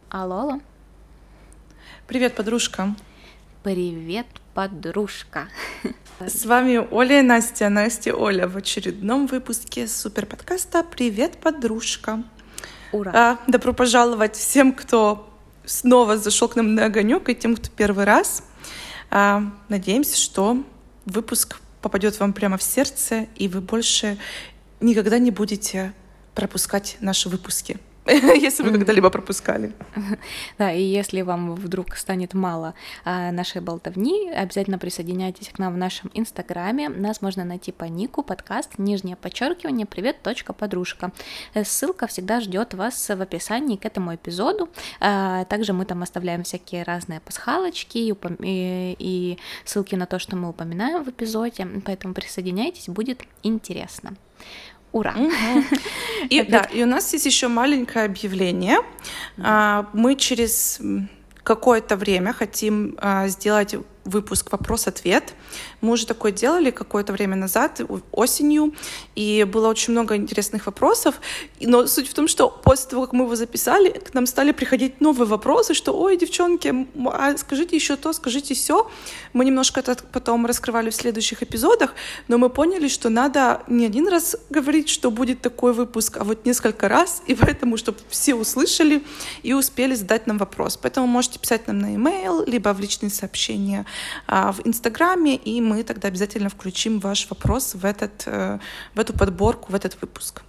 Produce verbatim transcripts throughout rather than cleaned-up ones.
Алло, алло. Привет, подружка. Привет, подружка. С вами Оля и Настя. Настя и Оля в очередном выпуске супер подкаста «Привет, подружка». Ура! А, добро пожаловать всем, кто снова зашел к нам на огонек, и тем, кто первый раз. А, надеемся, что выпуск попадет вам прямо в сердце, и вы больше никогда не будете пропускать наши выпуски. Если вы когда-либо пропускали. Да, и если вам вдруг станет мало а, нашей болтовни, обязательно присоединяйтесь к нам в нашем инстаграме. Нас можно найти по нику подкаст, нижнее подчеркивание, привет, точка, подружка. Ссылка всегда ждет вас в описании к этому эпизоду. А, также мы там оставляем всякие разные пасхалочки и, упом... и, и ссылки на то, что мы упоминаем в эпизоде, поэтому присоединяйтесь, будет интересно. Ура! Угу. И, да, и у нас есть еще маленькое объявление. Mm-hmm. Мы через какое-то время хотим сделать выпуск «Вопрос-ответ». Мы уже такое делали какое-то время назад, осенью, и было очень много интересных вопросов. Но суть в том, что после того, как мы его записали, к нам стали приходить новые вопросы, что «Ой, девчонки, а скажите еще то, скажите сё». Мы немножко это потом раскрывали в следующих эпизодах, но мы поняли, что надо не один раз говорить, что будет такой выпуск, а вот несколько раз, и поэтому, чтобы все услышали и успели задать нам вопрос. Поэтому можете писать нам на e-mail, либо в личные сообщения в Инстаграме, и мы тогда обязательно включим ваш вопрос в, этот, в эту подборку, в этот выпуск.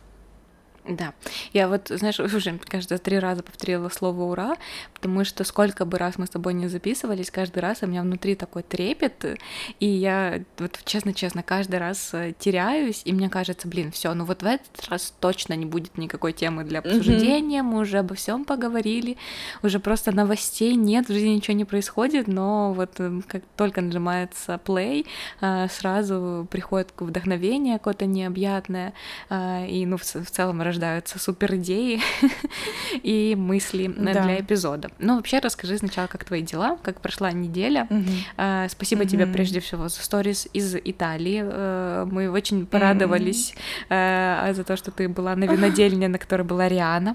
Да, я вот, знаешь, уже, кажется, три раза повторила слово «ура», потому что сколько бы раз мы с тобой не записывались, каждый раз у меня внутри такой трепет, и я вот честно-честно каждый раз теряюсь, и мне кажется, блин, все, ну вот в этот раз точно не будет никакой темы для обсуждения, mm-hmm. мы уже обо всем поговорили, уже просто новостей нет, в жизни ничего не происходит, но вот как только нажимается play, сразу приходит вдохновение какое-то необъятное, и, ну, в целом рождаются супер идеи и мысли да. для эпизода. Ну, вообще, расскажи сначала, как твои дела, как прошла неделя. Uh-huh. Спасибо uh-huh. тебе прежде всего за сторис из Италии. Мы очень порадовались uh-huh. за то, что ты была на винодельне, на которой была Риана.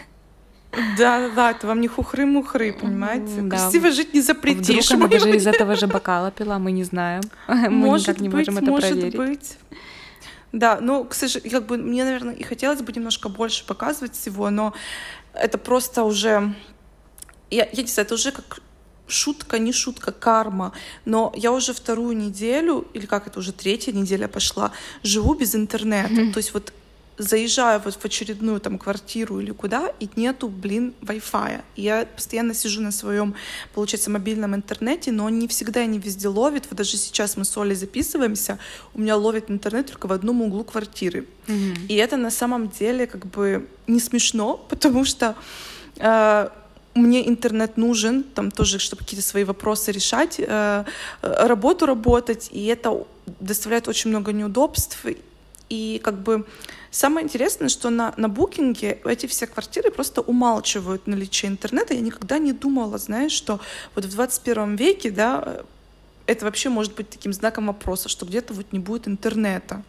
Да-да-да, это вам не хухры-мухры, понимаете? Да. Красиво жить не запретишь. Вдруг она даже из этого же бокала пила, мы не знаем. Мы может никак не быть, можем это может проверить. Быть. Да, ну, к сожалению, как бы мне, наверное, и хотелось бы немножко больше показывать всего, но это просто уже, я, я не знаю, это уже как шутка, не шутка, карма, но я уже вторую неделю, или как это уже третья неделя пошла, живу без интернета, mm-hmm. то есть вот заезжаю вот в очередную там квартиру или куда, и нету, блин, Wi-Fi. Я постоянно сижу на своем, получается, мобильном интернете, но он не всегда и не везде ловит. Вот даже сейчас мы с Олей записываемся, у меня ловит интернет только в одном углу квартиры. Mm-hmm. И это на самом деле как бы не смешно, потому что э, мне интернет нужен, там тоже, чтобы какие-то свои вопросы решать, э, работу работать, и это доставляет очень много неудобств. И как бы самое интересное, что на, на букинге эти все квартиры просто умалчивают наличие интернета. Я никогда не думала, знаешь, что вот в двадцать первом веке, да, это вообще может быть таким знаком вопроса, что где-то вот не будет интернета.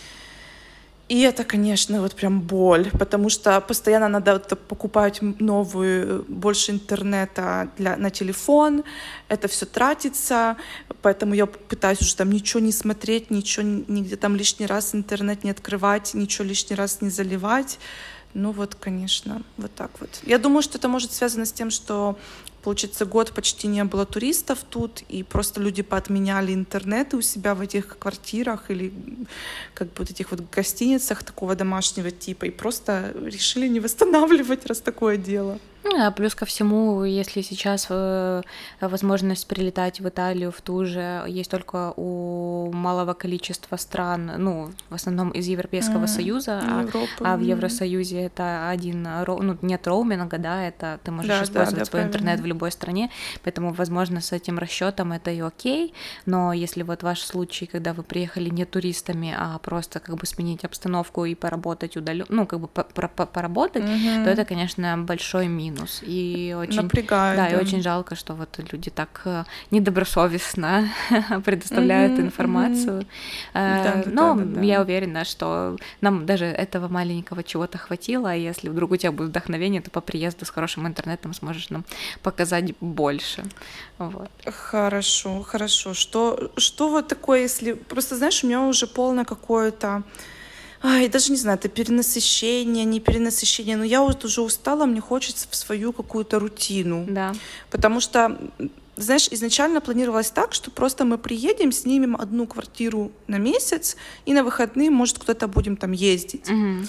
И это, конечно, вот прям боль, потому что постоянно надо покупать новую, больше интернета для, на телефон, это все тратится, поэтому я пытаюсь уже там ничего не смотреть, ничего нигде там лишний раз интернет не открывать, ничего лишний раз не заливать. Ну вот, конечно, вот так вот. Я думаю, что это может связано с тем, что, получается, год почти не было туристов тут, и просто люди поотменяли интернеты у себя в этих квартирах или как бы вот этих вот гостиницах такого домашнего типа, и просто решили не восстанавливать, раз такое дело. А плюс ко всему, если сейчас э, возможность прилетать в Италию в ту же есть только у малого количества стран, ну, в основном из Европейского mm, Союза, а, а в Евросоюзе это один, ну, нет роуминга, да, это ты можешь да, использовать да, да, свой правильно. Интернет в любой стране, поэтому, возможно, с этим расчетом это и окей, но если вот ваш случай, когда вы приехали не туристами, а просто как бы сменить обстановку и поработать удаленно, ну, как бы поработать, mm-hmm. то это, конечно, большой минус. минус. И очень, напрягает, да, да. и очень жалко, что вот люди так э, недобросовестно предоставляют Мгм, информацию. мгм. Э, Да, да, Но да, да, я да. уверена, что нам даже этого маленького чего-то хватило, а если вдруг у тебя будет вдохновение, то по приезду с хорошим интернетом сможешь нам показать больше. Вот. Хорошо, хорошо. Что, что вот такое, если... Просто, знаешь, у меня уже полное какое-то... Ай, даже не знаю, это перенасыщение, не перенасыщение, но я вот уже устала, мне хочется в свою какую-то рутину. Да. Потому что, м, знаешь, изначально планировалось так, что просто мы приедем, снимем одну квартиру на месяц, и на выходные, может, кто-то будем там ездить. Мгм.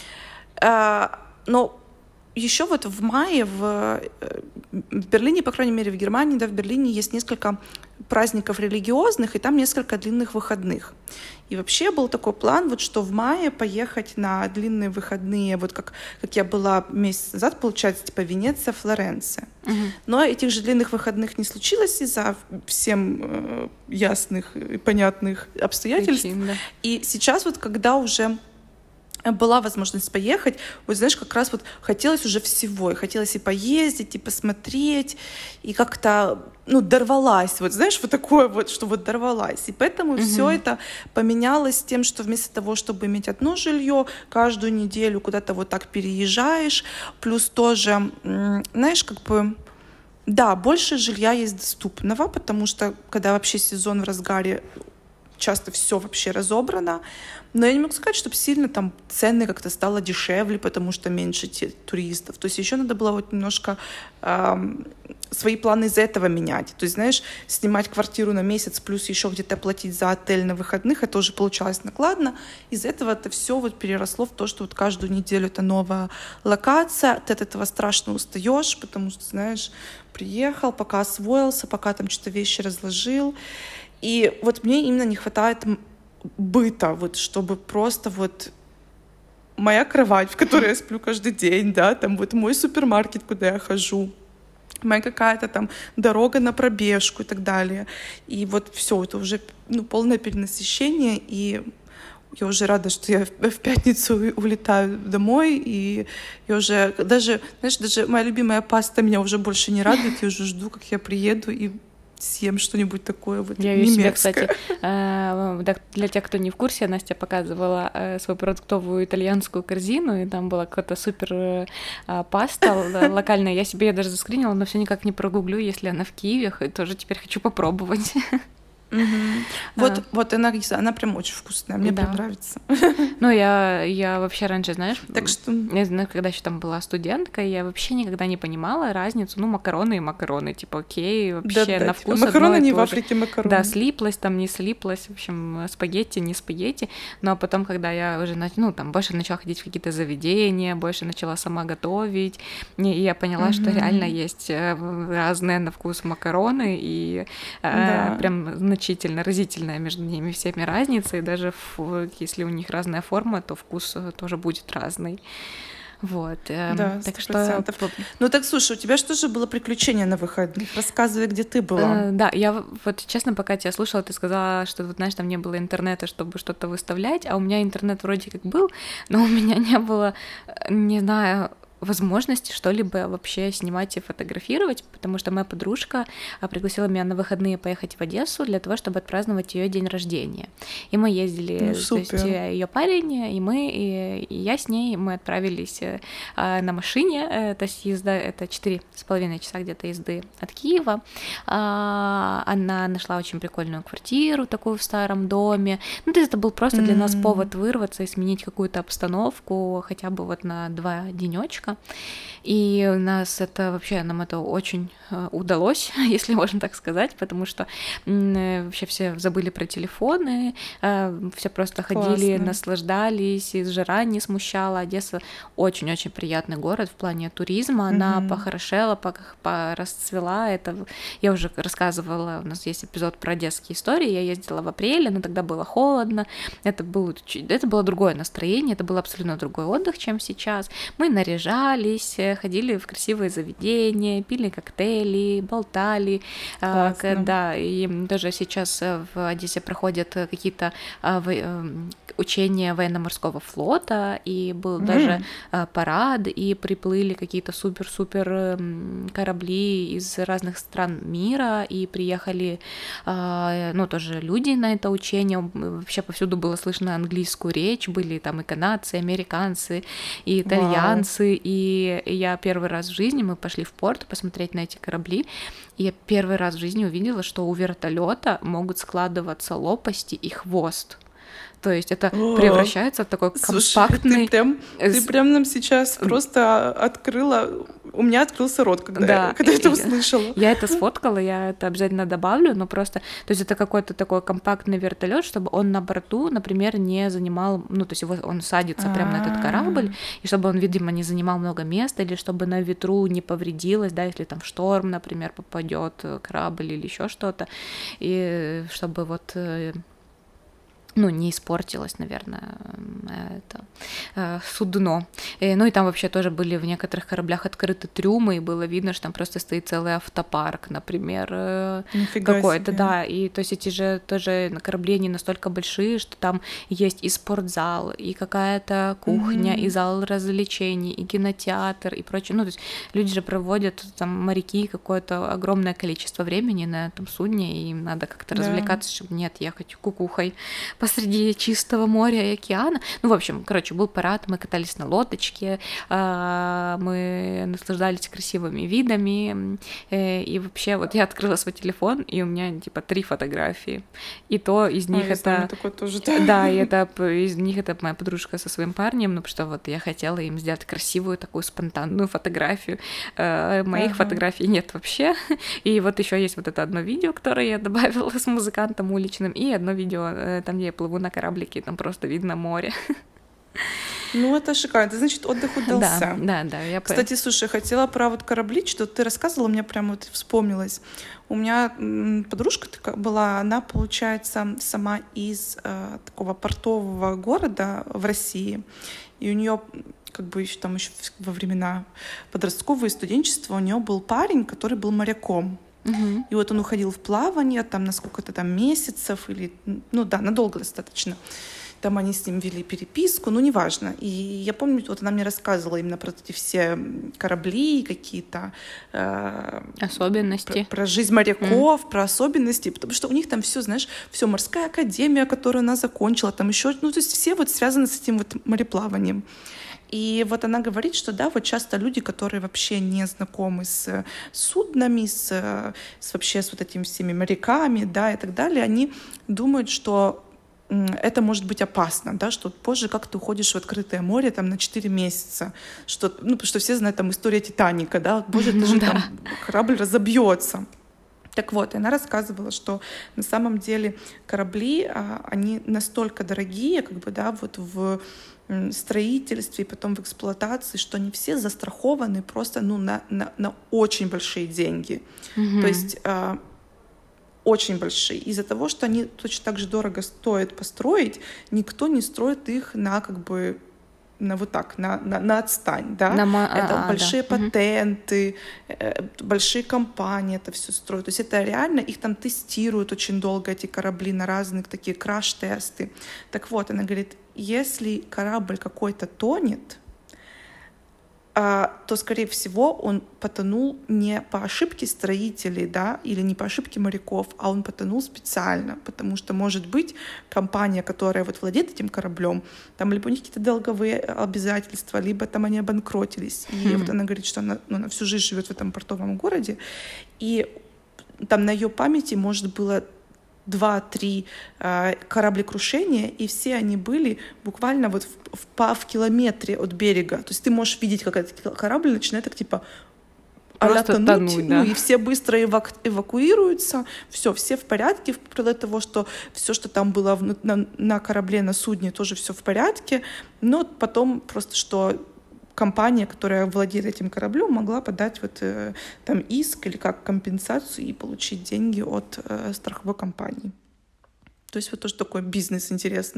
А, но еще вот в мае в, э, в Берлине, по крайней мере, в Германии, да, в Берлине есть несколько праздников религиозных, и там несколько длинных выходных. И вообще был такой план, вот что в мае поехать на длинные выходные, вот как, как я была месяц назад, получается, типа Венеция, Флоренция. Мгм. Но этих же длинных выходных не случилось из-за всем э, ясных и понятных обстоятельств. Причин, да. И сейчас вот, когда уже была возможность поехать, вот знаешь, как раз вот хотелось уже всего, и хотелось и поездить, и посмотреть, и как-то, ну, дорвалась, вот знаешь, вот такое вот, что вот дорвалась. И поэтому Мгм. все это поменялось тем, что вместо того, чтобы иметь одно жилье, каждую неделю куда-то вот так переезжаешь, плюс тоже, м, знаешь, как бы, да, больше жилья есть доступного, потому что когда вообще сезон в разгаре, часто все вообще разобрано. Но я не могу сказать, чтобы сильно там цены как-то стало дешевле, потому что меньше те- туристов. То есть еще надо было вот немножко ам, свои планы из-за этого менять. То есть, знаешь, снимать квартиру на месяц, плюс еще где-то платить за отель на выходных, это уже получалось накладно. Из-за этого это все вот переросло в то, что вот каждую неделю это новая локация. Ты от этого страшно устаешь, потому что, знаешь, приехал, пока освоился, пока там что-то вещи разложил. И вот мне именно не хватает м- быта, вот чтобы просто вот моя кровать, в которой я сплю каждый день, да, там вот мой супермаркет, куда я хожу, моя какая-то там дорога на пробежку и так далее. И вот все, это уже, ну, полное перенасыщение, и я уже рада, что я в в пятницу у- улетаю домой, и я уже даже, знаешь, даже моя любимая паста меня уже больше не радует, я уже жду, как я приеду и съем что-нибудь такое вот Я ее себе, немецкое. кстати, э, так, для тех, кто не в курсе, Настя показывала э, свою продуктовую итальянскую корзину, и там была какая-то супер э, а, паста л- локальная. Я себе ее даже заскринила, но все никак не прогуглю, если она в Киеве, и тоже теперь хочу попробовать. Мгм. А. Вот, вот она, не знаю, она прям очень вкусная, мне прям Да. нравится. Ну, я, я вообще раньше, знаешь, Так что я знаю, когда еще там была студенткой, я вообще никогда не понимала разницу. Ну, макароны и макароны, типа, окей, вообще да-да, на типа, вкус макароны одно и не то в же. Африке макароны. Да, слиплось там, не слиплось, в общем, спагетти, не спагетти. Ну, а потом, когда я уже, нач- ну, там, больше начала ходить в какие-то заведения, больше начала сама готовить, и я поняла, что Мгм. реально есть э, разные на вкус макароны, и э, Да. прям значительно, разительная между ними всеми разница, и даже ф- если у них разная форма, то вкус э, тоже будет разный. Вот. эм, Да, так сто что процентов. п- Ну так слушай, у тебя что же было приключение на выходных? Рассказывай, где ты была. Э, да, я в- вот честно, пока тебя слушала, ты сказала, что вот знаешь, там не было интернета, чтобы что-то выставлять, а у меня интернет вроде как был, но у меня не было, э, не знаю, возможности что-либо вообще снимать и фотографировать, потому что моя подружка а, пригласила меня на выходные поехать в Одессу для того, чтобы отпраздновать ее день рождения. И мы ездили, Ну, то есть супер. ее парень, и мы, и, и я с ней, мы отправились э, а, на машине, э, то есть езда это четыре с половиной часа где-то езды от Киева. А, Она нашла очень прикольную квартиру такую в старом доме. Ну, то есть это был просто для нас М. повод вырваться и сменить какую-то обстановку хотя бы вот на два денечка. И у нас это вообще, нам это очень э, удалось, если можно так сказать, потому что м, э, вообще все забыли про телефоны, э, все просто ходили, Классно. наслаждались, и жара не смущала. Одесса очень-очень приятный город в плане туризма, она Мгм. похорошела, пох- порасцвела. Это я уже рассказывала, у нас есть эпизод про одесские истории, я ездила в апреле, но тогда было холодно, это было, чуть- это было другое настроение, это был абсолютно другой отдых, чем сейчас. Мы наряжались, катались, ходили в красивые заведения, пили коктейли, болтали. Классно. Да, и тоже сейчас в Одессе проходят какие-то учения военно-морского флота, и был mm. даже парад, и приплыли какие-то супер-супер корабли из разных стран мира, и приехали, ну, тоже люди на это учение. Вообще повсюду было слышно английскую речь, были там и канадцы, и американцы, и итальянцы, wow. и я первый раз в жизни, мы пошли в порт посмотреть на эти корабли, и я первый раз в жизни увидела, что у вертолета могут складываться лопасти и хвост. То есть это О, превращается в такой компактный... Слушай, ты прям, ты прям нам сейчас просто открыла... У меня открылся рот, когда, да, я, когда я это услышала. Я это сфоткала, я это обязательно добавлю, но просто... То есть это какой-то такой компактный вертолет, чтобы он на борту, например, не занимал... Ну, то есть его, он садится прямо на этот корабль, и чтобы он, видимо, не занимал много места, или чтобы на ветру не повредилось, да, если там шторм, например, попадет корабль или еще что-то, и чтобы вот... ну, не испортилось, наверное, это судно. Ну и там вообще тоже были в некоторых кораблях открыты трюмы, и было видно, что там просто стоит целый автопарк, например, Нифига какой-то, себе. Да. И то есть эти же тоже корабли, они настолько большие, что там есть и спортзал, и какая-то кухня, mm-hmm. и зал развлечений, и кинотеатр, и прочее. Ну, то есть люди же проводят, там, моряки, какое-то огромное количество времени на этом судне, и им надо как-то да. развлекаться, чтобы не отъехать кукухой посреди чистого моря и океана. Ну, в общем, короче, был парад, мы катались на лодочке, мы наслаждались красивыми видами, и вообще вот я открыла свой телефон, и у меня типа три фотографии, и то из них Ой, это... такое тоже, да. Да, и это из них это моя подружка со своим парнем, ну, потому что вот я хотела им сделать красивую такую спонтанную фотографию. Моих ага. фотографий нет вообще, и вот еще есть вот это одно видео, которое я добавила с музыкантом уличным, и одно видео там, где я плыву на кораблике, там просто видно море. Ну, это шикарно. Это значит, отдых удался. Да, да, да. Я Кстати, слушай, хотела про вот корабли, что ты рассказывала, мне прямо вот вспомнилось. У меня подружка такая была, она, получается, сама из э, такого портового города в России, и у нее как бы еще там еще во времена подросткового и студенчества у нее был парень, который был моряком. Угу. И вот он уходил в плавание там на сколько-то там месяцев или, ну да, надолго достаточно. Там они с ним вели переписку, ну, неважно. И я помню, вот она мне рассказывала именно про эти все корабли, какие-то... Э, особенности. Про, про жизнь моряков, mm. про особенности, потому что у них там все, знаешь, все морская академия, которую она закончила, там еще, ну, то есть все вот связаны с этим вот мореплаванием. И вот она говорит, что да, вот часто люди, которые вообще не знакомы с суднами, с, с вообще с вот этими всеми моряками, да, и так далее, они думают, что это может быть опасно, да, что позже как ты уходишь в открытое море там на четыре месяца, что, ну, потому что все знают там история Титаника, да, боже, ты же там корабль разобьется. Так вот, и она рассказывала, что на самом деле корабли, они настолько дорогие, как бы, да, вот в строительстве и потом в эксплуатации, что они все застрахованы просто, ну, на, на, на очень большие деньги. Mm-hmm. То есть э, очень большие. Из-за того, что они точно так же дорого стоят построить, никто не строит их на как бы на вот так, на, на, на отстань, да, на, это а, большие да. патенты, э, большие компании это все строят, то есть это реально, их там тестируют очень долго, эти корабли, на разные такие краш-тесты. Так вот, она говорит, если корабль какой-то тонет, то, скорее всего, он потонул не по ошибке строителей, да, или не по ошибке моряков, а он потонул специально, потому что, может быть, компания, которая вот владеет этим кораблем, там либо у них какие-то долговые обязательства, либо там они обанкротились. И mm-hmm. вот она говорит, что она, ну, она всю жизнь живет в этом портовом городе, и там на ее памяти, может, было два-три э, кораблекрушения, и все они были буквально вот в, в, в километре от берега. То есть ты можешь видеть, как этот корабль начинает так типа а-ля тонуть, тонуть, да. Ну и все быстро эваку- эвакуируются, все, все в порядке, вплоть до того, что все, что там было в, на, на корабле, на судне, тоже все в порядке, но потом просто что компания, которая владеет этим кораблем, могла подать вот э, там иск или как компенсацию и получить деньги от э, страховой компании. То есть вот тоже такой бизнес интересный.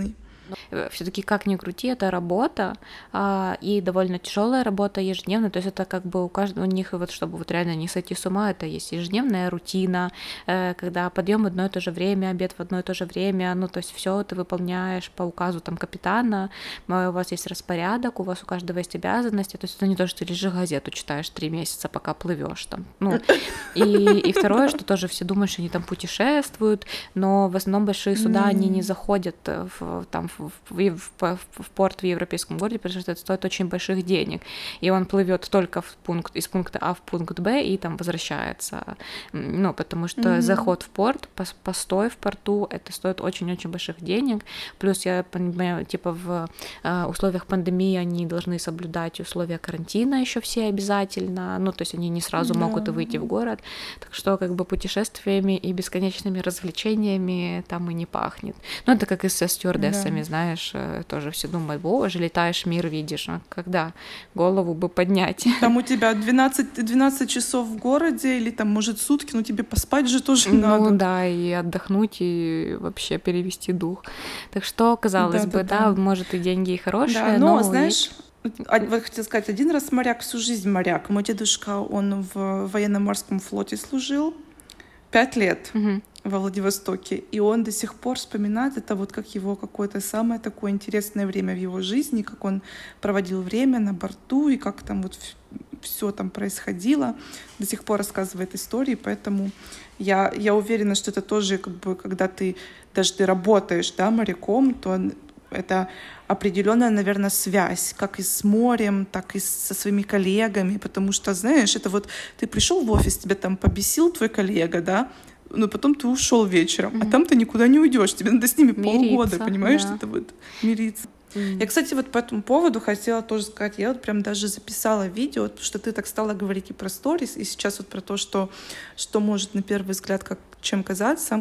Все-таки как ни крути, это работа, а, и довольно тяжелая работа ежедневно, то есть это как бы у каждого у них, вот чтобы вот реально не сойти с ума, это есть ежедневная рутина, э, когда подъем в одно и то же время, обед в одно и то же время, ну то есть все ты выполняешь по указу там капитана, у вас есть распорядок, у вас у каждого есть обязанности, то есть это не то, что ты лежишь газету читаешь три месяца, пока плывешь там, ну и, и второе, что тоже все думают, что они там путешествуют, но в основном большие суда, mm. они не заходят в, там, в, в, в, в порт в европейском городе, потому что это стоит очень больших денег, и он плывет только в пункт, из пункта А в пункт Б и там возвращается, ну, потому что mm-hmm. заход в порт, постой в порту, это стоит очень-очень больших денег, плюс я понимаю, типа в условиях пандемии они должны соблюдать условия карантина еще все обязательно, ну, то есть они не сразу mm-hmm. могут и выйти в город, так что как бы путешествиями и бесконечными развлечениями там и не пахнет. Ну, это как и со стюардессами, да. знаешь, тоже все думают, боже, летаешь, мир видишь, а когда голову бы поднять. Там у тебя двенадцать, двенадцать часов в городе или там, может, сутки, но тебе поспать же тоже ну, надо. Ну да, и отдохнуть, и вообще перевести дух. Так что, казалось да, бы, да, да, может, и деньги и хорошие, да, но, но... знаешь... Вот хотела сказать, один раз моряк, всю жизнь моряк. Мой дедушка, он в военно-морском флоте служил пять лет угу. во Владивостоке, и он до сих пор вспоминает это вот как его какое-то самое такое интересное время в его жизни, как он проводил время на борту, и как там вот все там происходило. До сих пор рассказывает истории, поэтому я, я уверена, что это тоже, как бы, когда ты даже ты работаешь, да, моряком, то это определенная, наверное, связь, как и с морем, так и со своими коллегами, потому что, знаешь, это вот ты пришел в офис, тебя там побесил твой коллега, да, но потом ты ушел вечером, mm-hmm. а там ты никуда не уйдешь, тебе надо с ними мириться, полгода, понимаешь, да. это вот мириться. Mm-hmm. Я, кстати, вот по этому поводу хотела тоже сказать, я вот прям даже записала видео, потому что ты так стала говорить и про сторис, и сейчас вот про то, что, что может на первый взгляд как чем казаться.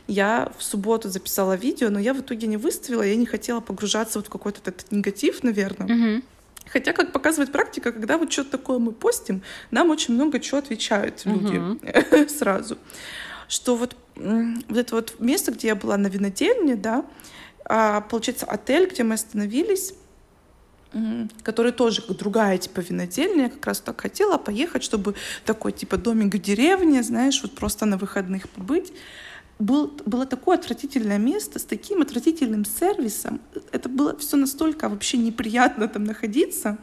Я в субботу записала видео, но я в итоге не выставила, я не хотела погружаться вот в какой-то этот негатив, наверное. Mm-hmm. Хотя, как показывает практика, когда вот что-то такое мы постим, нам очень много чего отвечают люди mm-hmm. сразу. Что вот, вот это вот место, где я была на винодельне, да, получается, отель, где мы остановились, который тоже как другая типа винодельня, я как раз так хотела поехать, чтобы такой типа домик в деревне, знаешь, вот просто на выходных побыть. Был, было такое отвратительное место с таким отвратительным сервисом. Это было все настолько вообще неприятно там находиться.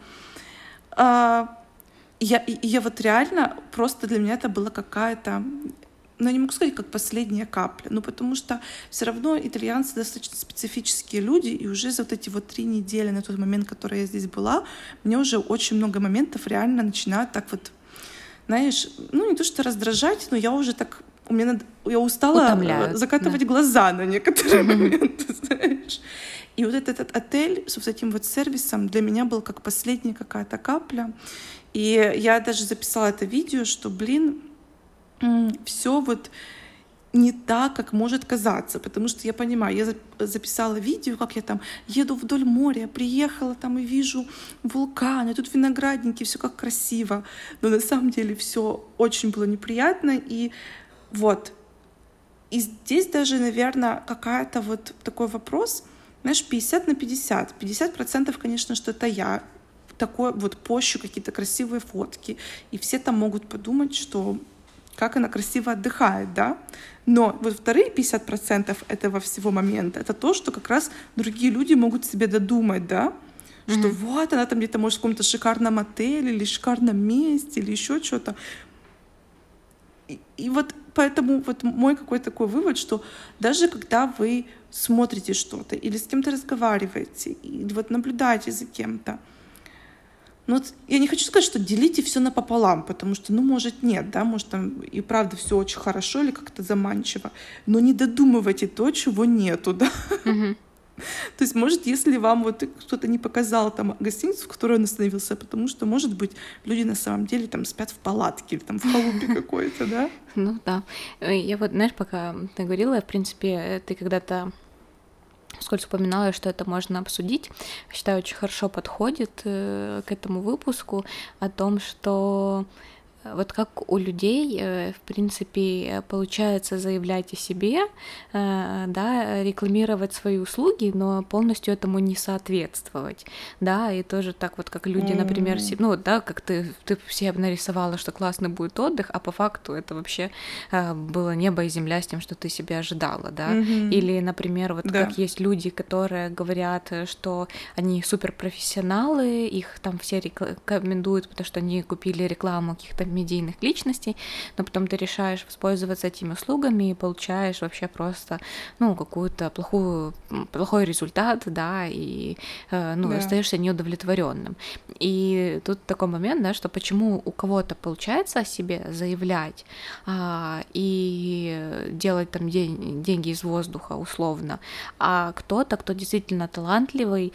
А, я, я вот реально, просто для меня это была какая-то... Но я не могу сказать, как последняя капля, ну потому что все равно итальянцы достаточно специфические люди, и уже за вот эти вот три недели на тот момент, который я здесь была, мне уже очень много моментов реально начинают так вот, знаешь, ну не то что раздражать, но я уже так, у меня надо, я устала Утомляют, закатывать да. глаза на некоторые mm-hmm. моменты, знаешь. И вот этот, этот отель с вот этим вот сервисом для меня был как последняя какая-то капля, и я даже записала это видео, что, блин, все вот не так, как может казаться, потому что я понимаю, я записала видео, как я там еду вдоль моря, приехала там и вижу вулканы, тут виноградники, все как красиво, но на самом деле все очень было неприятно, и вот, и здесь даже, наверное, какая-то вот такой вопрос, знаешь, пятьдесят на пятьдесят, пятьдесят процентов, конечно, что это я, такое вот пощу какие-то красивые фотки, и все там могут подумать, что как она красиво отдыхает, да? Но вот вторые пятьдесят процентов этого всего момента — это то, что как раз другие люди могут себе додумать, да? Mm-hmm. Что вот она там где-то может в каком-то шикарном отеле или шикарном месте или еще что-то. И, и вот поэтому вот мой какой-то такой вывод, что даже когда вы смотрите что-то или с кем-то разговариваете, или вот наблюдаете за кем-то, ну, вот я не хочу сказать, что делите все напополам, потому что, ну, может, нет, да, может, там и правда все очень хорошо или как-то заманчиво, но не додумывайте то, чего нету, да. Mm-hmm. То есть, может, если вам вот кто-то не показал там гостиницу, в которой он остановился, потому что, может быть, люди на самом деле там спят в палатке или там в халупе какой-то, да? Ну, да. Я вот, знаешь, пока ты говорила, в принципе, ты когда-то вскользь упоминала, что это можно обсудить. Считаю, очень хорошо подходит э, к этому выпуску о том, что вот как у людей, в принципе, получается заявлять о себе, да, рекламировать свои услуги, но полностью этому не соответствовать, да, и тоже так вот, как люди, например, Mm. ну, да, как ты, ты себе нарисовала, что классный будет отдых, а по факту это вообще было небо и земля с тем, что ты себе ожидала, да, Mm-hmm. или, например, вот Да. как есть люди, которые говорят, что они суперпрофессионалы, их там все рекомендуют, потому что они купили рекламу каких-то медийных личностей, но потом ты решаешь воспользоваться этими услугами и получаешь вообще просто, ну, какую-то плохую, плохой результат, да, и, ну, Да. остаешься неудовлетворенным. И тут такой момент, да, что почему у кого-то получается о себе заявлять а, и делать там день, деньги из воздуха условно, а кто-то, кто действительно талантливый,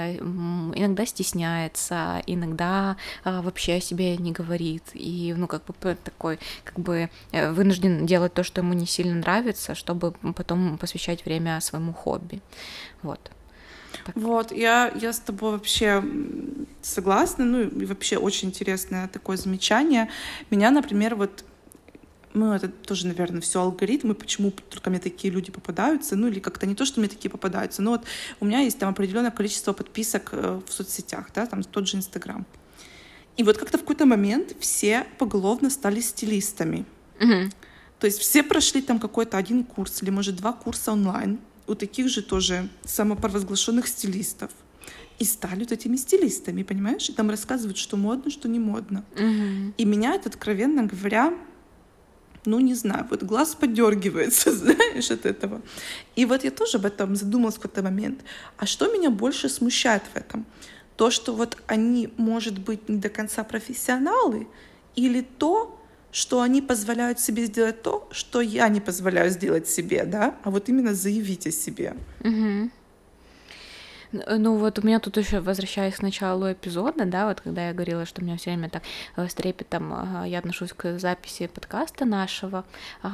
иногда стесняется, иногда вообще о себе не говорит, и, ну, как бы такой, как бы вынужден делать то, что ему не сильно нравится, чтобы потом посвящать время своему хобби. Вот. Так. Вот, я, я с тобой вообще согласна, ну, и вообще очень интересное такое замечание. Меня, например, вот, ну, это тоже, наверное, все алгоритмы, почему только мне такие люди попадаются, ну, или как-то не то, что мне такие попадаются, но вот у меня есть там определенное количество подписок в соцсетях, да, там тот же Инстаграм. И вот как-то в какой-то момент все поголовно стали стилистами. Mm-hmm. То есть все прошли там какой-то один курс или, может, два курса онлайн у таких же тоже самопровозглашенных стилистов. И стали вот этими стилистами, понимаешь? И там рассказывают, что модно, что не модно. Mm-hmm. И меня это, откровенно говоря, ну, не знаю, вот глаз подергивается, знаешь, от этого. И вот я тоже об этом задумалась в какой-то момент. А что меня больше смущает в этом? То, что вот они, может быть, не до конца профессионалы, или то, что они позволяют себе сделать то, что я не позволяю сделать себе, да, а вот именно заявить о себе. Угу. Ну вот у меня тут еще, возвращаясь к началу эпизода, да, вот когда я говорила, что у меня все время так с трепетом я отношусь к записи подкаста нашего,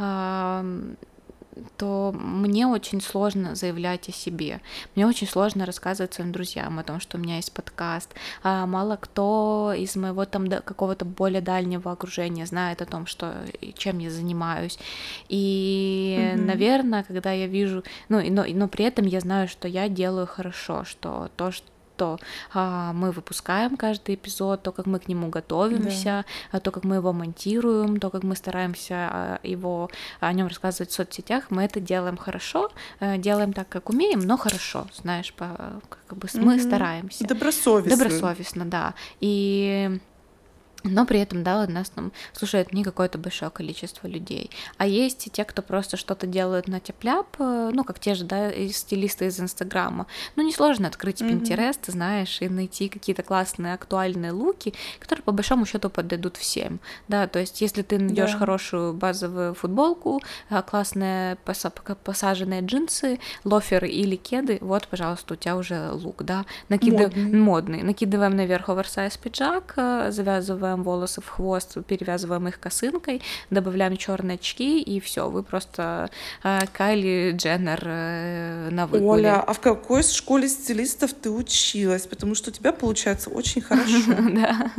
то мне очень сложно заявлять о себе. Мне очень сложно рассказывать своим друзьям о том, что у меня есть подкаст. А мало кто из моего там какого-то более дальнего окружения знает о том, что, чем я занимаюсь. И, mm-hmm. наверное, когда я вижу... Ну, но, но при этом я знаю, что я делаю хорошо, что то, что то а, мы выпускаем каждый эпизод, то, как мы к нему готовимся, да. то, как мы его монтируем, то, как мы стараемся его, о нем рассказывать в соцсетях, мы это делаем хорошо, делаем так, как умеем, но хорошо, знаешь, по, как бы мы mm-hmm. стараемся. Добросовестно. Добросовестно, да. И... Но при этом, да, нас там слушает не какое-то большое количество людей. А есть и те, кто просто что-то делают на тяп-ляп, ну, как те же, да, стилисты из Инстаграма. Ну, несложно открыть Pinterest, mm-hmm. знаешь, и найти какие-то классные, актуальные луки, которые, по большому счету подойдут всем. Да, то есть, если ты найдешь yeah. хорошую базовую футболку, классные посаженные джинсы, лоферы или кеды, вот, пожалуйста, у тебя уже лук, да. Накидыв... Модный. Модный. Накидываем наверх оверсайз пиджак, завязываем волосы в хвост, перевязываем их косынкой, добавляем черные очки, и все, вы просто э, Кайли Дженнер э, на выгуле. Оля, а в какой школе стилистов ты училась? Потому что у тебя получается очень хорошо. Да.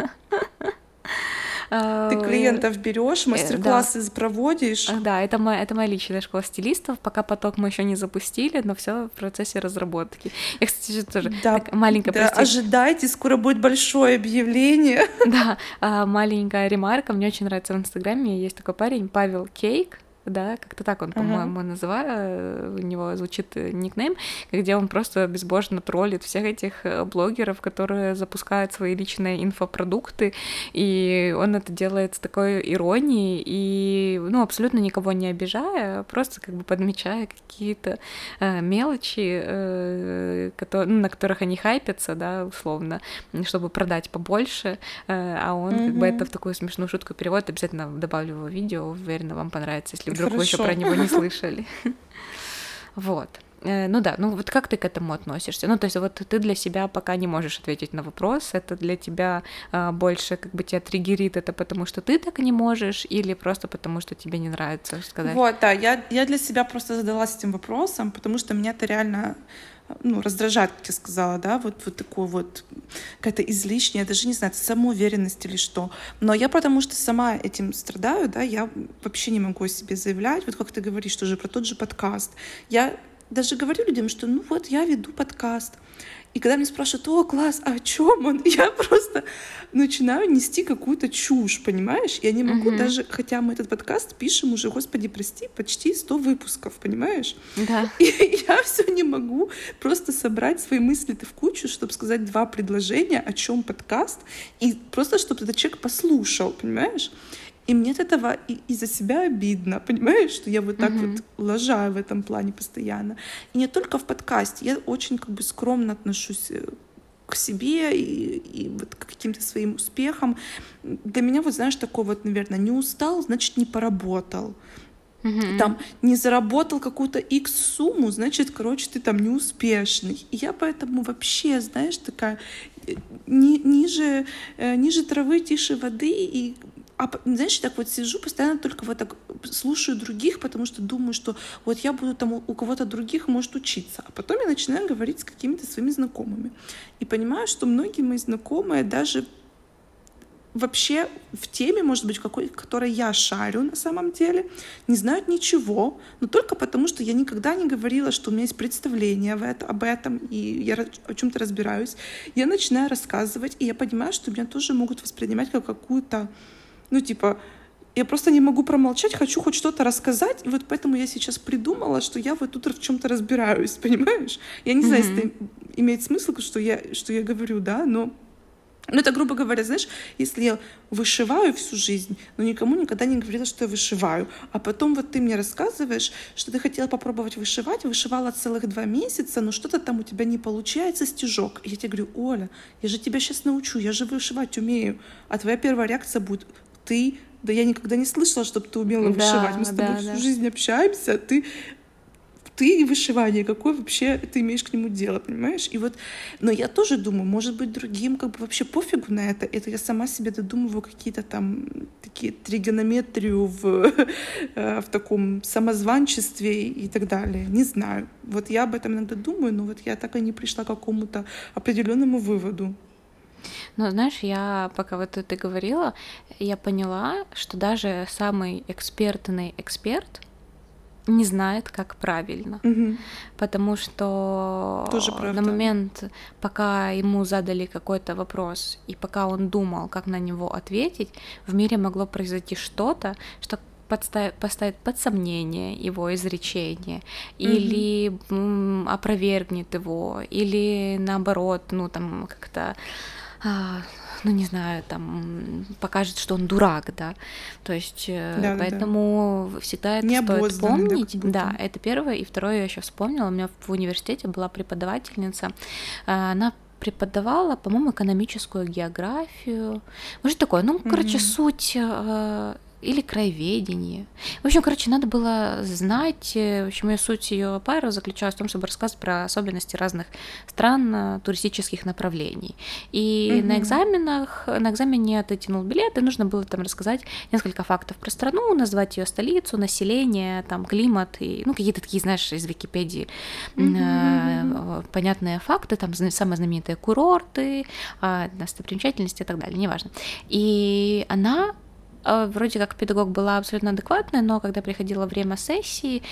Ты клиентов берешь, мастер-классы да. проводишь. Да, это моя, это моя личная школа стилистов. Пока поток мы еще не запустили, но все в процессе разработки. Я, кстати, тоже да, маленькая. Да, ожидайте, скоро будет большое объявление. Да, маленькая ремарка. Мне очень нравится в Инстаграме есть такой парень Павел Кейк. Да, как-то так он, по-моему, uh-huh. называет, у него звучит никнейм, где он просто безбожно троллит всех этих блогеров, которые запускают свои личные инфопродукты, и он это делает с такой иронией и, ну, абсолютно никого не обижая, просто как бы подмечая какие-то э, мелочи, э, которые, ну, на которых они хайпятся, да, условно, чтобы продать побольше, э, а он uh-huh. как бы это в такую смешную шутку переводит, обязательно добавлю его видео, уверена, вам понравится, если вдруг Хорошо. вы еще про него не слышали. Вот. Э, ну да, ну вот как ты к этому относишься? Ну, то есть вот ты для себя пока не можешь ответить на вопрос, это для тебя а, больше как бы тебя триггерит это потому, что ты так не можешь, или просто потому, что тебе не нравится сказать? Вот, да, я, я для себя просто задалась этим вопросом, потому что меня это реально ну, раздражает, как я сказала, да, вот, вот такой вот какая-то излишняя, даже не знаю, самоуверенность или что. Но я потому что сама этим страдаю, да, я вообще не могу о себе заявлять, вот как ты говоришь тоже про тот же подкаст. Я даже говорю людям, что ну вот я веду подкаст. И когда меня спрашивают, о, класс, а о чем он? Я просто начинаю нести какую-то чушь, понимаешь? Я не могу uh-huh. даже, хотя мы этот подкаст пишем уже, господи, прости, почти сто выпусков, понимаешь? Да. И я все не могу просто собрать свои мысли-то в кучу, чтобы сказать два предложения, о чем подкаст, и просто чтобы этот человек послушал, понимаешь? И мне от этого и из-за себя обидно, понимаешь, что я вот так mm-hmm. вот лажаю в этом плане постоянно. И не только в подкасте. Я очень как бы скромно отношусь к себе и, и вот к каким-то своим успехам. Для меня вот, знаешь, такое вот, наверное, не устал, значит, не поработал. Mm-hmm. Там не заработал какую-то X сумму, значит, короче, ты там неуспешный. И я поэтому вообще, знаешь, такая ни, ниже, ниже травы, тише воды. И А, знаешь, так вот сижу, постоянно только вот так слушаю других, потому что думаю, что вот я буду там у, у кого-то других, может, учиться. А потом я начинаю говорить с какими-то своими знакомыми. И понимаю, что многие мои знакомые даже вообще в теме, может быть, какой, которой я шарю на самом деле, не знают ничего, но только потому, что я никогда не говорила, что у меня есть представление в это, об этом, и я о чем-то разбираюсь. Я начинаю рассказывать, и я понимаю, что меня тоже могут воспринимать как какую-то ну, типа, я просто не могу промолчать, хочу хоть что-то рассказать, и вот поэтому я сейчас придумала, что я вот тут в чем-то разбираюсь, понимаешь? Я не mm-hmm. знаю, если это имеет смысл, что я, что я говорю, да, но... Ну, это, грубо говоря, знаешь, если я вышиваю всю жизнь, но никому никогда не говорила, что я вышиваю, а потом вот ты мне рассказываешь, что ты хотела попробовать вышивать, вышивала целых два месяца, но что-то там у тебя не получается, стежок. И я тебе говорю, Оля, я же тебя сейчас научу, я же вышивать умею. А твоя первая реакция будет, ты, да я никогда не слышала, чтобы ты умела да, вышивать. Мы с тобой да, всю да. жизнь общаемся, а ты... ты и вышивание, какое вообще ты имеешь к нему дело, понимаешь? И вот, но я тоже думаю, может быть, другим как бы вообще пофигу на это. Это я сама себе додумываю какие-то там такие тригонометрию в, в таком самозванчестве и так далее. Не знаю. Вот я об этом иногда думаю, но вот я так и не пришла к какому-то определенному выводу. Ну, знаешь, я пока вот ты говорила, я поняла, что даже самый экспертный эксперт не знает, как правильно. Угу. Потому что Тоже правда. На момент, пока ему задали какой-то вопрос, и пока он думал, как на него ответить, в мире могло произойти что-то, что подставит, поставит под сомнение его изречение, mm-hmm. или м, опровергнет его, или наоборот, ну там как-то... А, ну, не знаю, там, покажет, что он дурак, да, то есть, да, поэтому да. всегда это не стоит помнить, да, да, это первое, и второе я еще вспомнила, у меня в университете была преподавательница, она преподавала, по-моему, экономическую географию, может, такое, ну, короче, mm-hmm. суть... или краеведение. В общем, короче, надо было знать, в общем, ее суть ее пары заключалась в том, чтобы рассказать про особенности разных стран туристических направлений. И mm-hmm. на экзаменах, на экзамене ты тянул билет, и нужно было там рассказать несколько фактов про страну, назвать ее столицу, население, там, климат, и, ну, какие-то такие, знаешь, из Википедии mm-hmm. понятные факты, там, самые знаменитые курорты, достопримечательности и так далее, неважно. И она вроде как педагог была абсолютно адекватная, но когда приходило время сессии,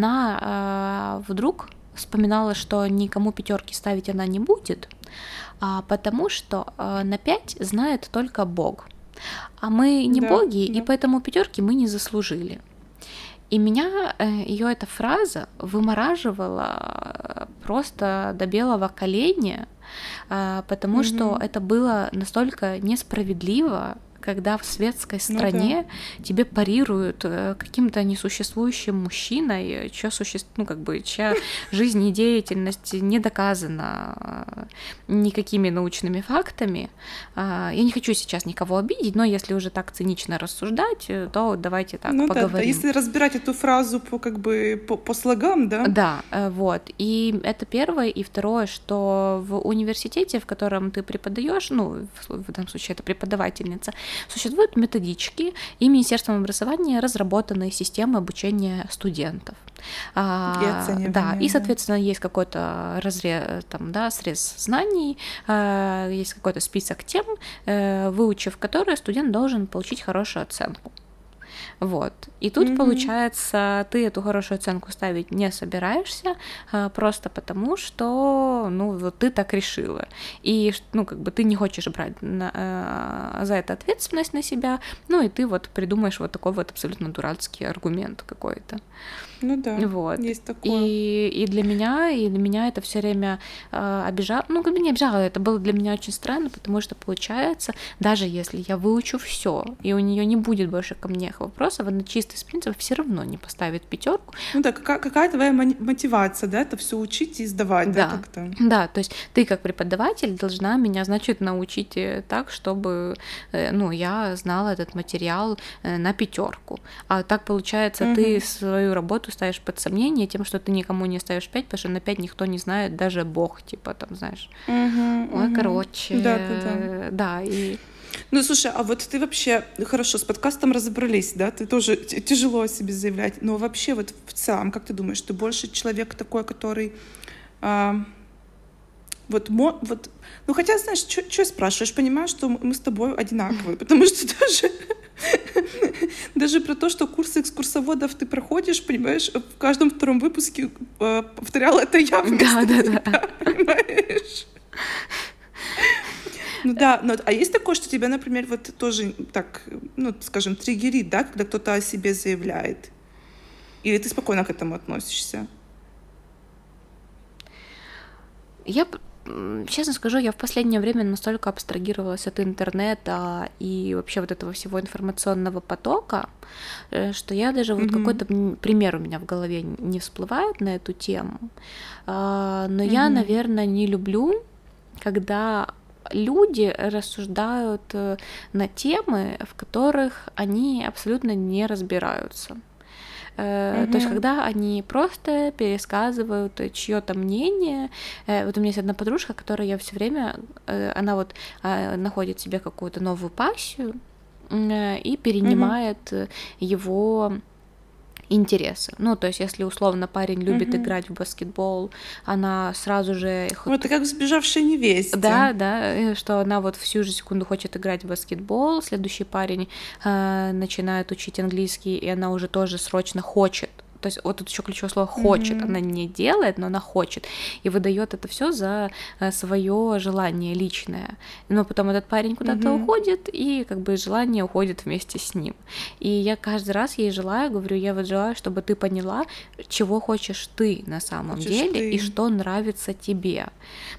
она э, вдруг вспоминала, что никому пятерки ставить она не будет, а потому что э, на пять знает только Бог. А мы не да, боги, да. и поэтому пятерки мы не заслужили. И меня э, ее эта фраза вымораживала просто до белого коленя, э, потому mm-hmm. что это было настолько несправедливо когда в светской Ну стране тебе парируют э, каким-то несуществующим мужчиной, чья суще... ну, как бы, чья жизнедеятельность не доказана э, никакими научными фактами. Э, я не хочу сейчас никого обидеть, но если уже так цинично рассуждать, э, то давайте так ну, поговорим. Да, да. Если разбирать эту фразу по, как бы, по, по слогам, да? Да, э, вот. И это первое. И второе, что в университете, в котором ты преподаешь, ну, в, в данном случае это преподавательница, существуют методички и Министерством образования разработанные системы обучения студентов. И оценивания, да, и, да. соответственно, есть какой-то разрез, там, да, срез знаний, а, есть какой-то список тем, э, выучив которые студент должен получить хорошую оценку. Вот. И тут, mm-hmm. получается, ты эту хорошую оценку ставить не собираешься, а, просто потому, что, ну, вот ты так решила. И, ну, как бы ты не хочешь брать на, а, за это ответственность на себя, ну, и ты вот придумаешь вот такой вот абсолютно дурацкий аргумент какой-то. Ну да, вот. есть такое. И, и для меня, и для меня это все время э, обижало, ну, как бы не обижало, это было для меня очень странно, потому что получается, даже если я выучу все, и у нее не будет больше ко мне вопросов, она чисто из принципа все равно не поставит пятерку. Ну да, какая, какая твоя мотивация, да, это все учить и сдавать, да, да, как-то. Да, то есть ты как преподаватель должна меня, значит, научить так, чтобы, э, ну, я знала этот материал э, на пятерку. А так получается, угу. ты свою работу ставишь под сомнение тем, что ты никому не ставишь пять, потому что на пять никто не знает, даже Бог, типа, там, знаешь. Угу, Ой, угу. короче. Да, да, да. Да, и... Ну, слушай, а вот ты вообще, хорошо, с подкастом разобрались, да, ты тоже тяжело о себе заявлять, но вообще вот в целом, как ты думаешь, ты больше человек такой, который... А... Вот, вот, ну хотя, знаешь, что я спрашиваю, я же понимаю, что мы с тобой одинаковые, потому что даже, даже про то, что курсы экскурсоводов ты проходишь, понимаешь, в каждом втором выпуске э, повторяла это я вместо да, тебя, да, да. понимаешь? Ну да, но, а есть такое, что тебя, например, вот тоже так, ну, скажем, триггерит, да, когда кто-то о себе заявляет? Или ты спокойно к этому относишься? Я... Честно скажу, я в последнее время настолько абстрагировалась от интернета и вообще вот этого всего информационного потока, что я даже mm-hmm. вот какой-то пример у меня в голове не всплывает на эту тему. Но mm-hmm. я, наверное, не люблю, когда люди рассуждают на темы, в которых они абсолютно не разбираются. Uh-huh. То есть, когда они просто пересказывают чье-то мнение. Вот у меня есть одна подружка, которая я все время, она вот находит себе какую-то новую пассию и перенимает uh-huh. его интересы. Ну, то есть, если условно парень любит uh-huh. играть в баскетбол, она сразу же... Ну, это как сбежавшая невеста. Да, да, что она вот всю же секунду хочет играть в баскетбол, следующий парень э, начинает учить английский, и она уже тоже срочно хочет. То есть вот тут еще ключевое слово хочет, mm-hmm. она не делает, но она хочет и выдает это все за свое желание личное. Но потом этот парень куда-то mm-hmm. уходит, и как бы желание уходит вместе с ним. И я каждый раз ей желаю, говорю, я вот желаю, чтобы ты поняла, чего хочешь ты на самом хочешь деле ты. И что нравится тебе.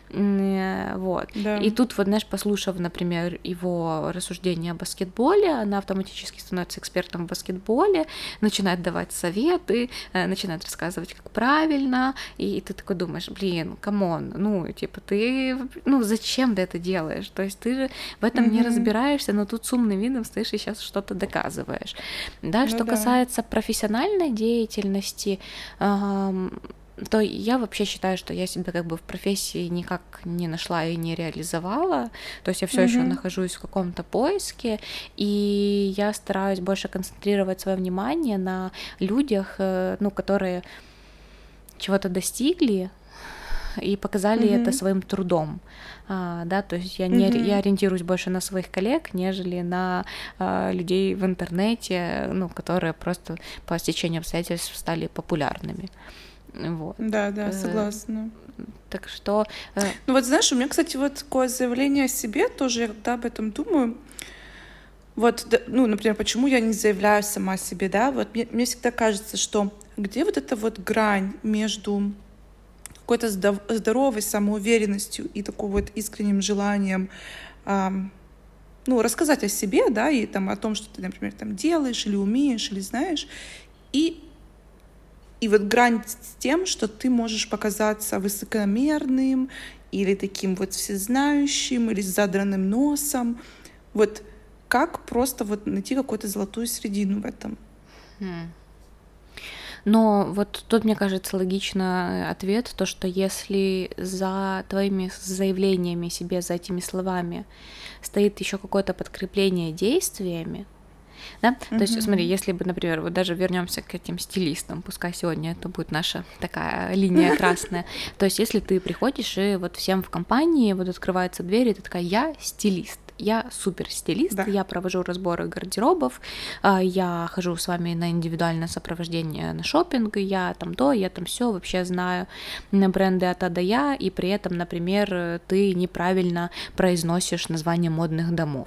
Вот. Да. И тут вот, знаешь, послушав, например, его рассуждения о баскетболе, она автоматически становится экспертом в баскетболе, начинает давать советы, начинает рассказывать, как правильно, и ты такой думаешь, блин, камон, ну, типа, ты, ну, зачем ты это делаешь? То есть ты же в этом mm-hmm. не разбираешься, но тут с умным видом стоишь и сейчас что-то доказываешь. Да, ну что да. касается профессиональной деятельности, эм, то я вообще считаю, что я себя как бы в профессии никак не нашла и не реализовала, то есть я все mm-hmm. еще нахожусь в каком-то поиске, и я стараюсь больше концентрировать свое внимание на людях, ну, которые чего-то достигли и показали mm-hmm. это своим трудом, а, да, то есть я, не, mm-hmm. я ориентируюсь больше на своих коллег, нежели на а, людей в интернете, ну, которые просто по стечению обстоятельств стали популярными. Вот. Да, да, согласна. Так что... Ну вот знаешь, у меня, кстати, вот такое заявление о себе, тоже я когда об этом думаю, вот, ну, например, почему я не заявляю сама о себе, да, вот мне, мне всегда кажется, что где вот эта вот грань между какой-то здоровой самоуверенностью и такой вот искренним желанием, ну, рассказать о себе, да, и там о том, что ты, например, там делаешь или умеешь, или знаешь, и И вот грань с тем, что ты можешь показаться высокомерным или таким вот всезнающим, или с задранным носом. Вот как просто вот найти какую-то золотую середину в этом? Хм. Но вот тут, мне кажется, логично ответ, то, что если за твоими заявлениями себе, за этими словами стоит еще какое-то подкрепление действиями, да? То есть, смотри, Мгм. если бы, например, вот даже вернемся к этим стилистам, пускай сегодня это будет наша такая линия красная. То есть, если ты приходишь и вот всем в компании вот открывается дверь, и ты такая: я стилист. Я супер стилист, Да. я провожу разборы гардеробов, а, я хожу с вами на индивидуальное сопровождение на шопинг, я там то, я там все вообще знаю м, бренды от А до Я, и при этом, например, ты неправильно произносишь название модных домов.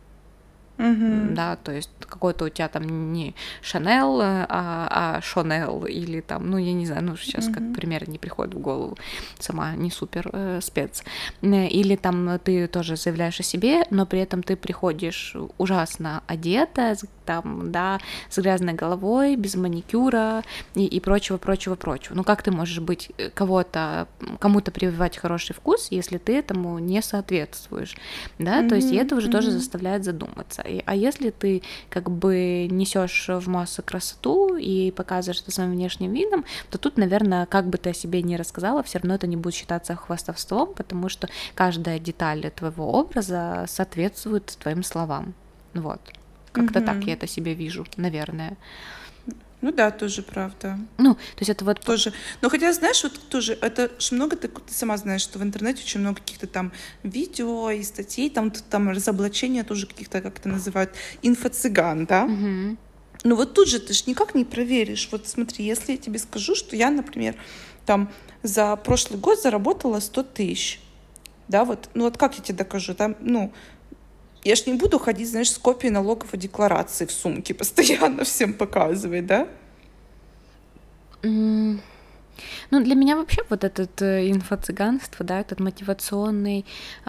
Мгм. Да, то есть какой-то у тебя там не Шанел, а, а Шонел или там, ну, я не знаю, ну, сейчас как Мгм. пример не приходит в голову, сама не супер э, спец. Э, Или там ты тоже заявляешь о себе, но при этом ты приходишь ужасно одета, с- там, да, с грязной головой, без маникюра и, и прочего, прочего, прочего. Ну, как ты можешь быть э, кого-то, кому-то прививать хороший вкус, если ты этому не соответствуешь? Да, то есть и Мгм. это уже тоже Мгм. заставляет задуматься. И- а если ты как бы несешь в массу красоту и показываешь это своим внешним видом, то тут, наверное, как бы ты о себе не рассказала, все равно это не будет считаться хвастовством, потому что каждая деталь твоего образа соответствует твоим словам. Вот. Как-то так я Мгм. это себе вижу, наверное. Ну да, тоже правда. Ну, то есть это вот... п- Тоже. Но хотя, знаешь, вот тоже, это ж много, ты, ты сама знаешь, что в интернете очень много каких-то там видео и статей, там, там разоблачения тоже каких-то, как это называют, инфо-цыган, да? Мгм. Ну вот тут же ты ж никак не проверишь. Вот смотри, если я тебе скажу, что я, например, там за прошлый год заработала сто тысяч, да, вот, ну вот как я тебе докажу, там, ну, я ж не буду ходить, знаешь, с копией налоговой декларации в сумке, постоянно всем показывать, да? М, Ну, для меня вообще вот этот э, инфо-цыганство, да, этот мотивационный,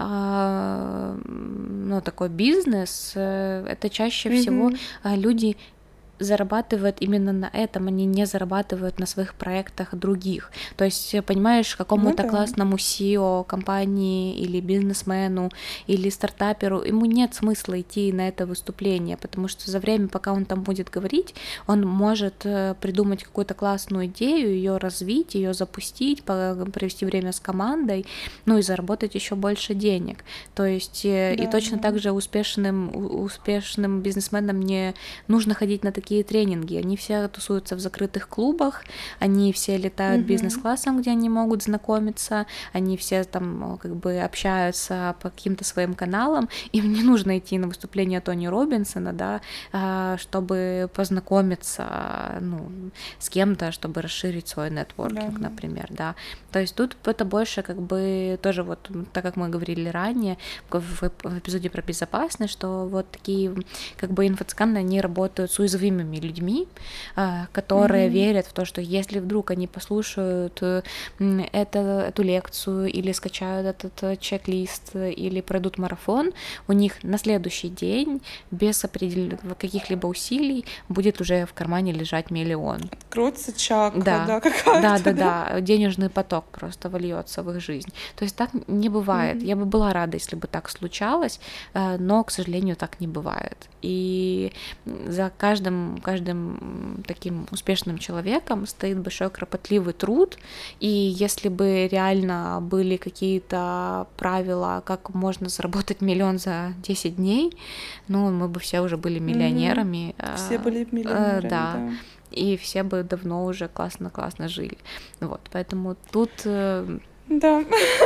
а, м, ну, такой бизнес, э, это чаще всего Мгм. а, люди зарабатывают именно на этом, они не зарабатывают на своих проектах других. То есть, э, понимаешь, Ну какому-то да. классному си и о компании или бизнесмену или стартаперу, ему нет смысла идти на это выступление, потому что за время, пока он там будет говорить, он может э, придумать какую-то классную идею, ее развить, ее запустить, по- провести время с командой, ну и заработать еще больше денег. То есть э, и Да, точно да. так же успешным, у- успешным бизнесменам не нужно ходить на такие тренинги. Они все тусуются в закрытых клубах, они все летают Мгм. бизнес-классом, где они могут знакомиться, они все там э, как бы общаются по каким-то своим каналам. Им не нужно идти на выступление Тони Робинсона, да, а, чтобы познакомиться, ну, с кем-то, чтобы расширить свой Да, нетворкинг, да. например, да. То есть тут это больше как бы тоже вот, так как мы говорили ранее в, в- в эпизоде про безопасность, что вот такие как бы инфо-цыганы, они работают с уязвимыми людьми, а, которые Мгм. верят в то, что если вдруг они послушают э, м, это, эту лекцию или скачают этот э, чек-лист э, или пройдут марафон, у них на следующий день без определенных каких-либо усилий будет уже в кармане лежать миллион. Откроется чакра, Да, да, да, какая-то, да, да. да, денежный поток просто вольется в их жизнь. То есть так не бывает. Мгм. Я бы была рада, если бы так случалось, э, но, к сожалению, так не бывает. И за каждым, каждым таким успешным человеком стоит большой кропотливый труд. И если бы реально были какие-то правила, как можно заработать миллион за десять дней, ну, мы бы все уже были Мгм. миллионерами. Все э, были э, миллионерами, Да, да. и все бы давно уже классно-классно жили. Вот, поэтому тут, э, Да.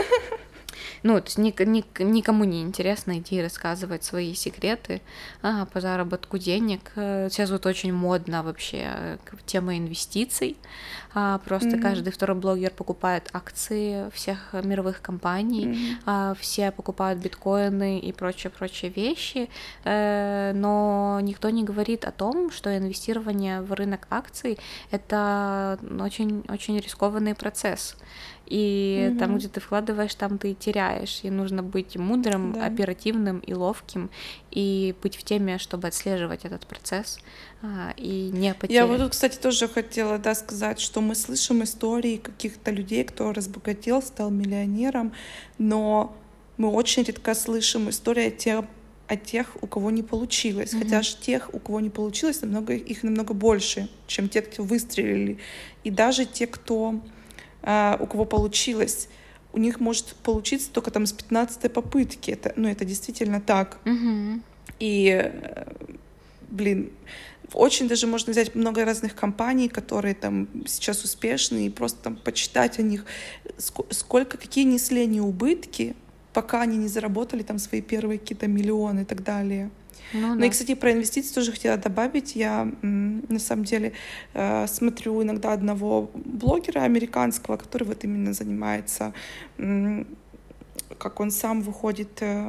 ну, то есть ник- ник- никому не интересно идти рассказывать свои секреты а, по заработку денег. Э, Сейчас вот очень модно вообще э, к- тема инвестиций. А, Просто Мгм. каждый второй блогер покупает акции всех мировых компаний, Мгм. а, все покупают биткоины и прочие-прочие вещи, э, но никто не говорит о том, что инвестирование в рынок акций — это очень-очень рискованный процесс. И Мгм. там, где ты вкладываешь, там ты теряешь. И нужно быть мудрым, Да. оперативным и ловким, и быть в теме, чтобы отслеживать этот процесс а, и не Я вот потерять. тут, кстати, тоже хотела, да, сказать, что мы слышим истории каких-то людей, кто разбогател, стал миллионером, но мы очень редко слышим истории о тех, о тех, у кого не получилось. Хотя Мгм. же тех, у кого не получилось, намного, их намного больше, чем те, кто выстрелили. И даже те, кто, а, у кого получилось, у них может получиться только там с пятнадцатой попытки. Это, ну, это действительно так. Мгм. И, э, блин, очень даже можно взять много разных компаний, которые там сейчас успешны, и просто там почитать о них, ск- сколько, какие несли они убытки, пока они не заработали там свои первые какие-то миллионы и так далее. Ну Ну и, да. кстати, про инвестиции тоже хотела добавить. Я м, на самом деле э, смотрю иногда одного блогера американского, который вот именно занимается, м, как он сам выходит, э,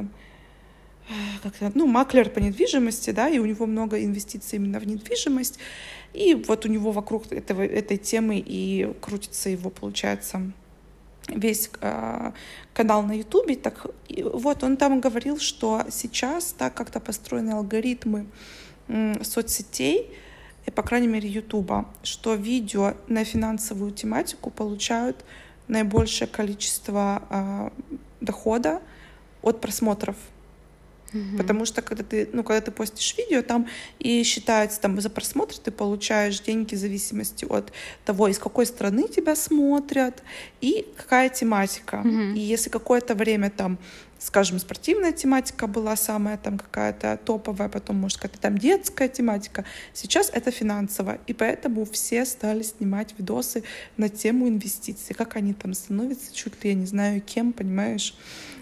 как-то, ну, маклер по недвижимости, да, и у него много инвестиций именно в недвижимость. И вот у него вокруг этого, этой темы и крутится его, получается, весь э, канал на Ютубе. Так и вот он там говорил, что сейчас так как-то построены алгоритмы м, соцсетей, и, по крайней мере, Ютуба, что видео на финансовую тематику получают наибольшее количество э, дохода от просмотров. Мгм. Потому что когда ты, ну, когда ты постишь видео, там и считается, там за просмотр ты получаешь деньги в зависимости от того, из какой страны тебя смотрят и какая тематика. Мгм. И если какое-то время там, скажем, спортивная тематика была самая там какая-то топовая, потом, может, какая-то там детская тематика, сейчас это финансовая. И поэтому все стали снимать видосы на тему инвестиций, как они там становятся, чуть ли я не знаю кем, понимаешь,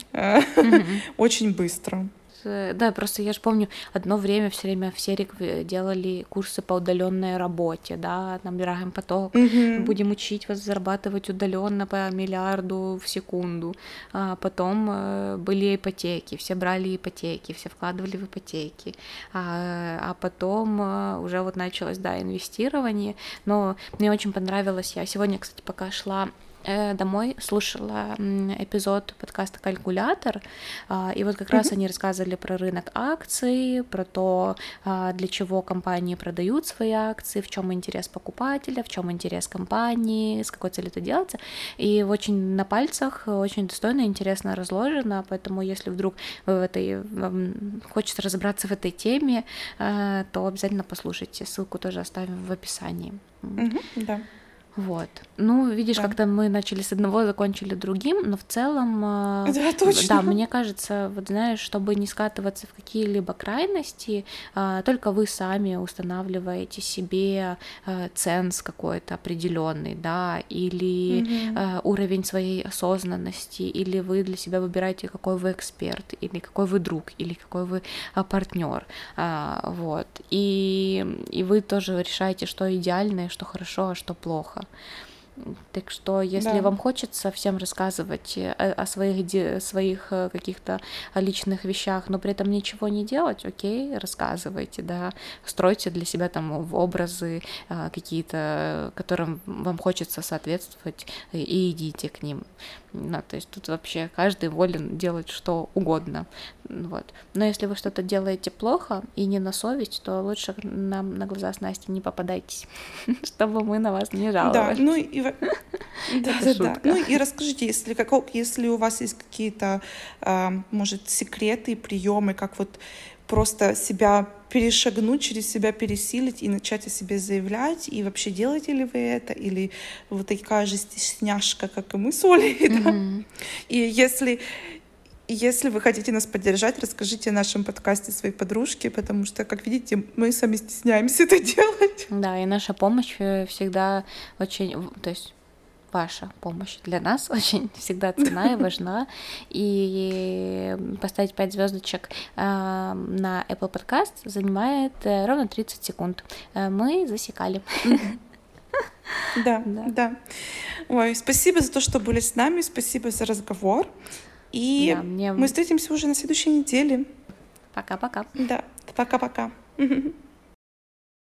Мгм. очень быстро. Э, Да, просто я же помню, одно время все время в Серик в- делали курсы по удаленной работе, да, набираем поток, Мгм. будем учить вас зарабатывать удаленно по миллиарду в секунду. А потом э, были ипотеки, все брали ипотеки, все вкладывали в ипотеки. А, а потом э, уже вот началось, да, инвестирование. Но мне очень понравилось, я сегодня, кстати, пока шла э, домой, слушала м, эпизод подкаста «Калькулятор», а, и вот как раз Мгм. они рассказывали про рынок акций, про то, а, для чего компании продают свои акции, в чем интерес покупателя, в чем интерес компании, с какой целью это делается. И очень на пальцах, очень достойно и интересно разложено, поэтому если вдруг вы в этой, вам хочется разобраться в этой теме, э, то обязательно послушайте. Ссылку тоже оставим в описании. М. Мгм. Да, Вот. Ну, видишь, да. как-то мы начали с одного, закончили другим, но в целом, э, Да, да, точно. мне кажется, вот знаешь, чтобы не скатываться в какие-либо крайности, э, только вы сами устанавливаете себе э, ценз какой-то определенный, да, или Мгм. э, уровень своей осознанности, или вы для себя выбираете, какой вы эксперт, или какой вы друг, или какой вы партнер, вот, и, и вы тоже решаете, что идеально, и что хорошо, а что плохо. Так что, если Да. вам хочется всем рассказывать э, о, о своих, де- своих э, каких-то личных вещах, но при этом ничего не делать, окей, рассказывайте, да, стройте для себя там в образы э, какие-то, которым вам хочется соответствовать, и, и идите к ним. Ну, то есть тут вообще каждый волен делать что угодно. Вот. Но если вы что-то делаете плохо и не на совесть, то лучше нам на глаза с Настей не попадайтесь, чтобы мы на вас не Да, ну жаловались. и во- да, Это да, да. шутка. Ну и расскажите, если како- если у вас есть какие-то, а, может, секреты, приемы, как вот просто себя перешагнуть, через себя пересилить и начать о себе заявлять, и вообще делаете ли вы это, или вы такая же стесняшка, как и мы с Олей, да? Мгм. И если Если вы хотите нас поддержать, расскажите о нашем подкасте своей подружке, потому что, как видите, мы сами стесняемся это делать. Да, и наша помощь э, всегда очень, в- то есть ваша помощь для нас очень всегда ценна и важна. И поставить пять звездочек э, на Apple Podcast занимает э, ровно тридцать секунд. Э, Мы засекали. Да, Да, да. Ой, спасибо за то, что были с нами, спасибо за разговор. да, И мне мы встретимся уже на следующей неделе. пока-пока. Да, пока-пока.